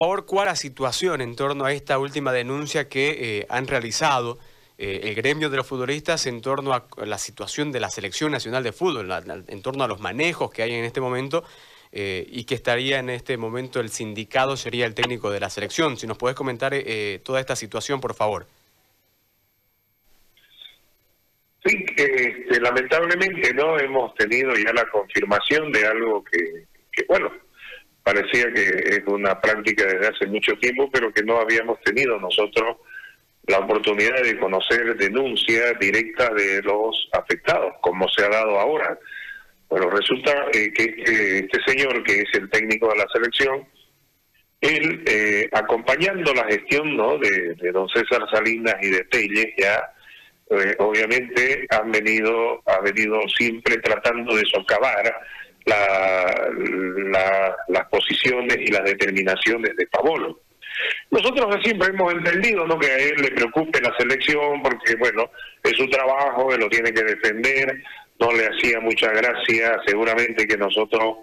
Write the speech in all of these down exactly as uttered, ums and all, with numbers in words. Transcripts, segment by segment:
Por cuál la situación en torno a esta última denuncia que eh, han realizado eh, el gremio de los futbolistas en torno a la situación de la Selección Nacional de Fútbol, la, la, en torno a los manejos que hay en este momento eh, y que estaría en este momento el sindicado, sería el técnico de la selección. Si nos podés comentar eh, toda esta situación, por favor. Sí, que este, lamentablemente no hemos tenido ya la confirmación de algo que, que, bueno, parecía que es una práctica desde hace mucho tiempo, pero que no habíamos tenido nosotros la oportunidad de conocer denuncias directas de los afectados, como se ha dado ahora. Bueno, resulta eh, que este, este señor, que es el técnico de la selección, él, eh, acompañando la gestión, ¿no?, de, de don César Salinas y de Telles, ya eh, obviamente han venido, ha venido siempre tratando de socavar la, la, las posiciones y las determinaciones de Pavolo. Nosotros siempre hemos entendido, ¿no?, que a él le preocupe la selección porque, bueno, es su trabajo, él lo tiene que defender, no le hacía mucha gracia seguramente que nosotros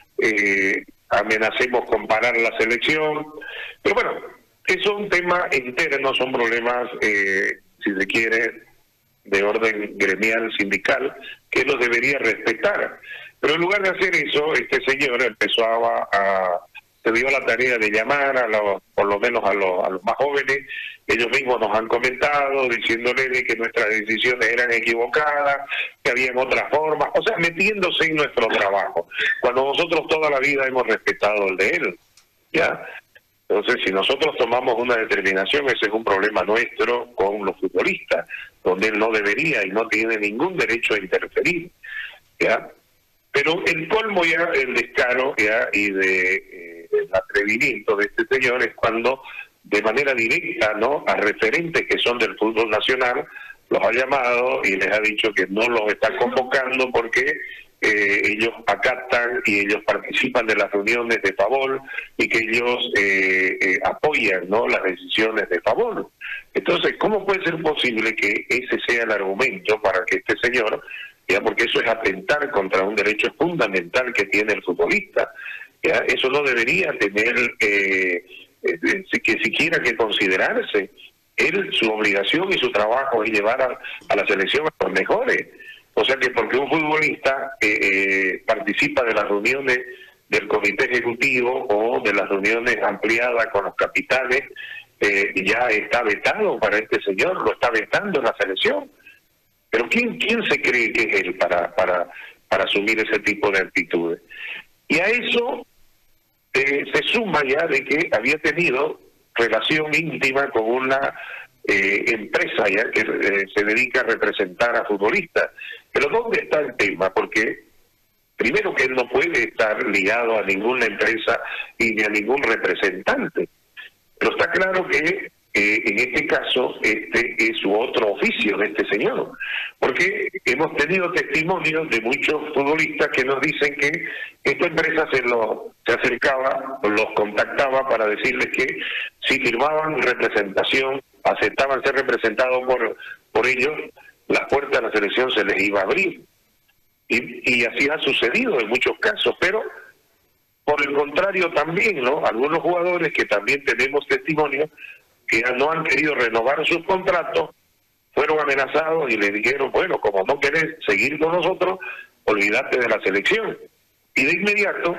eh, amenacemos con parar la selección, pero bueno, eso es un tema interno, son problemas, eh, si se quiere, de orden gremial, sindical, que los debería respetar. Pero en lugar de hacer eso, este señor empezó a, a se dio la tarea de llamar a los, por lo menos a los, a los más jóvenes. Ellos mismos nos han comentado, diciéndole de que nuestras decisiones eran equivocadas, que habían otras formas, o sea, metiéndose en nuestro trabajo, cuando nosotros toda la vida hemos respetado el de él, ¿ya? Entonces, si nosotros tomamos una determinación, ese es un problema nuestro con los futbolistas, donde él no debería y no tiene ningún derecho a interferir, ¿ya? Pero el colmo ya, el descaro ya y de eh, el atrevimiento de este señor es cuando de manera directa, ¿no?, a referentes que son del fútbol nacional, los ha llamado y les ha dicho que no los está convocando porque eh, ellos acatan y ellos participan de las reuniones de Pavol y que ellos eh, eh, apoyan, ¿no?, las decisiones de Pavol. Entonces, ¿cómo puede ser posible que ese sea el argumento para que este señor, ya, porque eso es atentar contra un derecho fundamental que tiene el futbolista, ya, eso no debería tener eh, eh, que siquiera que considerarse? Él, su obligación y su trabajo es llevar a, a la selección a los mejores. O sea que porque un futbolista eh, eh, participa de las reuniones del comité ejecutivo o de las reuniones ampliadas con los capitanes, eh, ya está vetado para este señor, lo está vetando en la selección. Pero ¿quién, quién se cree que es él para, para, para asumir ese tipo de actitudes? Y a eso eh, se suma ya de que había tenido relación íntima con una eh, empresa ya que eh, se dedica a representar a futbolistas. Pero ¿dónde está el tema? Porque primero que él no puede estar ligado a ninguna empresa y ni a ningún representante. Pero está claro que eh, en este caso este es su otro oficio de este señor, porque hemos tenido testimonios de muchos futbolistas que nos dicen que esta empresa se, lo, se acercaba, los contactaba para decirles que si firmaban representación, aceptaban ser representados por, por ellos, las puertas de la selección se les iba a abrir. Y, y así ha sucedido en muchos casos, pero por el contrario también, ¿no?, algunos jugadores que también tenemos testimonio que no han querido renovar sus contratos, fueron amenazados y le dijeron, bueno, como no querés seguir con nosotros, olvídate de la selección. Y de inmediato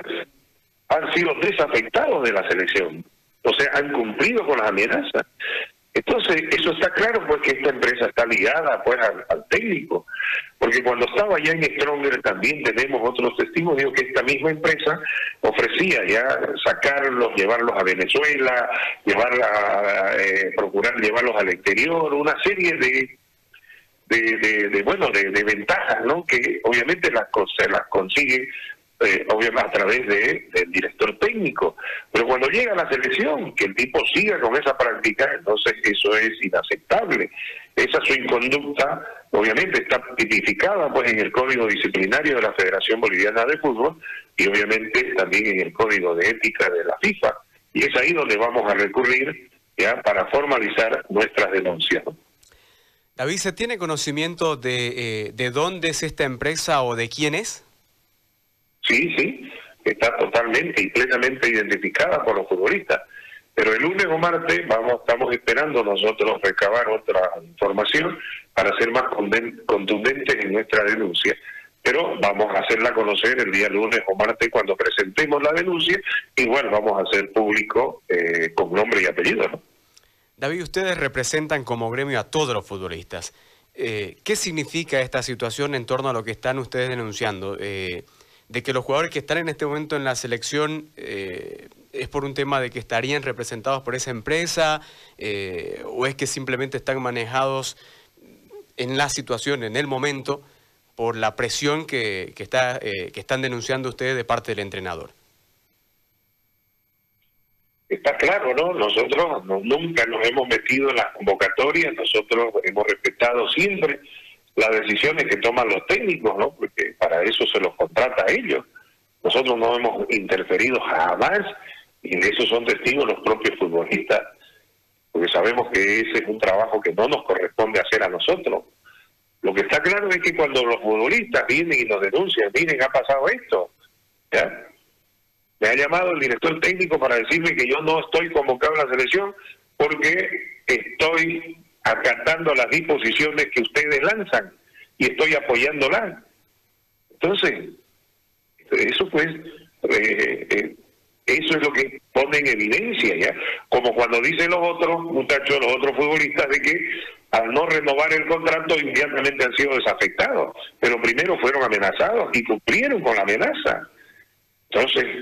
han sido desafectados de la selección. O sea, han cumplido con las amenazas. Entonces, eso está claro, pues, que esta empresa está ligada, pues, al, al técnico. Porque cuando estaba ya en Stronger también tenemos otros testimonios que esta misma empresa ofrecía ya sacarlos, llevarlos a Venezuela, llevarla, eh, procurar llevarlos al exterior, una serie de, de, de, de bueno, de, de ventajas, ¿no?, que obviamente las, se las consigue Eh, obviamente a través de, del director técnico, pero cuando llega a la selección, que el tipo siga con esa práctica, entonces eso es inaceptable. Esa su inconducta, obviamente está tipificada pues en el Código Disciplinario de la Federación Boliviana de Fútbol y obviamente también en el Código de Ética de la FIFA, y es ahí donde vamos a recurrir ya para formalizar nuestras denuncias. David, ¿se tiene conocimiento de, eh, de dónde es esta empresa o de quién es? Sí, sí, está totalmente y plenamente identificada por los futbolistas. Pero el lunes o martes vamos, estamos esperando nosotros recabar otra información para ser más contundentes en nuestra denuncia. Pero vamos a hacerla conocer el día lunes o martes cuando presentemos la denuncia, igual vamos a hacer público eh, con nombre y apellido, ¿no? David, ustedes representan como gremio a todos los futbolistas. Eh, ¿Qué significa esta situación en torno a lo que están ustedes denunciando? Eh, de que los jugadores que están en este momento en la selección eh, es por un tema de que estarían representados por esa empresa, eh, o es que simplemente están manejados en la situación, en el momento, por la presión que, que, está, eh, que están denunciando ustedes de parte del entrenador. Está claro, ¿no? Nosotros no, nunca nos hemos metido en las convocatorias, nosotros hemos respetado siempre las decisiones que toman los técnicos, ¿no? Porque para eso se los contrata a ellos. Nosotros no hemos interferido jamás, y de eso son testigos los propios futbolistas, porque sabemos que ese es un trabajo que no nos corresponde hacer a nosotros. Lo que está claro es que cuando los futbolistas vienen y nos denuncian, miren, ha pasado esto, ¿ya? Me ha llamado el director técnico para decirme que yo no estoy convocado a la selección porque estoy acatando las disposiciones que ustedes lanzan y estoy apoyándolas. Entonces, eso pues, eh, eh, eso es lo que pone en evidencia, ¿ya? Como cuando dicen los otros muchachos, los otros futbolistas, de que al no renovar el contrato inmediatamente han sido desafectados, pero primero fueron amenazados y cumplieron con la amenaza. Entonces,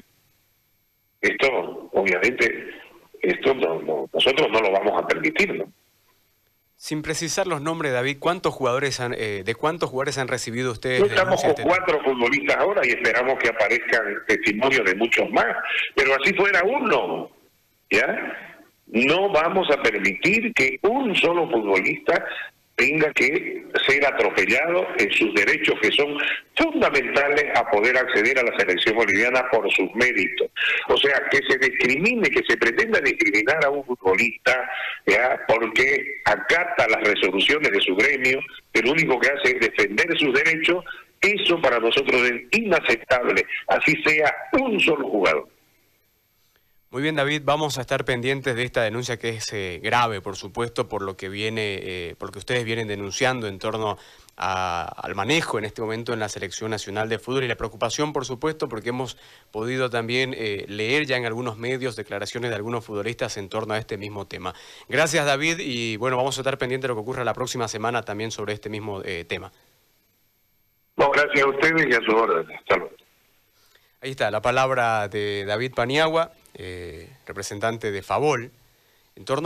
esto, obviamente, esto no, no, nosotros no lo vamos a permitir, ¿no? Sin precisar los nombres, David, ¿cuántos jugadores han, eh, ¿de cuántos jugadores han recibido ustedes? No estamos con cuatro futbolistas ahora y esperamos que aparezcan testimonios de muchos más, pero así fuera uno, ¿ya? No vamos a permitir que un solo futbolista tenga que ser atropellado en sus derechos, que son fundamentales a poder acceder a la selección boliviana por sus méritos. O sea, que se discrimine, que se pretenda discriminar a un futbolista, ¿ya? Porque acata las resoluciones de su gremio, que lo único que hace es defender sus derechos, eso para nosotros es inaceptable, así sea un solo jugador. Muy bien, David, vamos a estar pendientes de esta denuncia que es eh, grave, por supuesto, por lo que viene, eh, por lo que ustedes vienen denunciando en torno a, al manejo en este momento en la Selección Nacional de Fútbol y la preocupación, por supuesto, porque hemos podido también eh, leer ya en algunos medios declaraciones de algunos futbolistas en torno a este mismo tema. Gracias, David, y bueno, vamos a estar pendientes de lo que ocurra la próxima semana también sobre este mismo eh, tema. No, gracias a ustedes y a su orden. Hasta luego. Ahí está la palabra de David Paniagua, eh, representante de Favol, en torno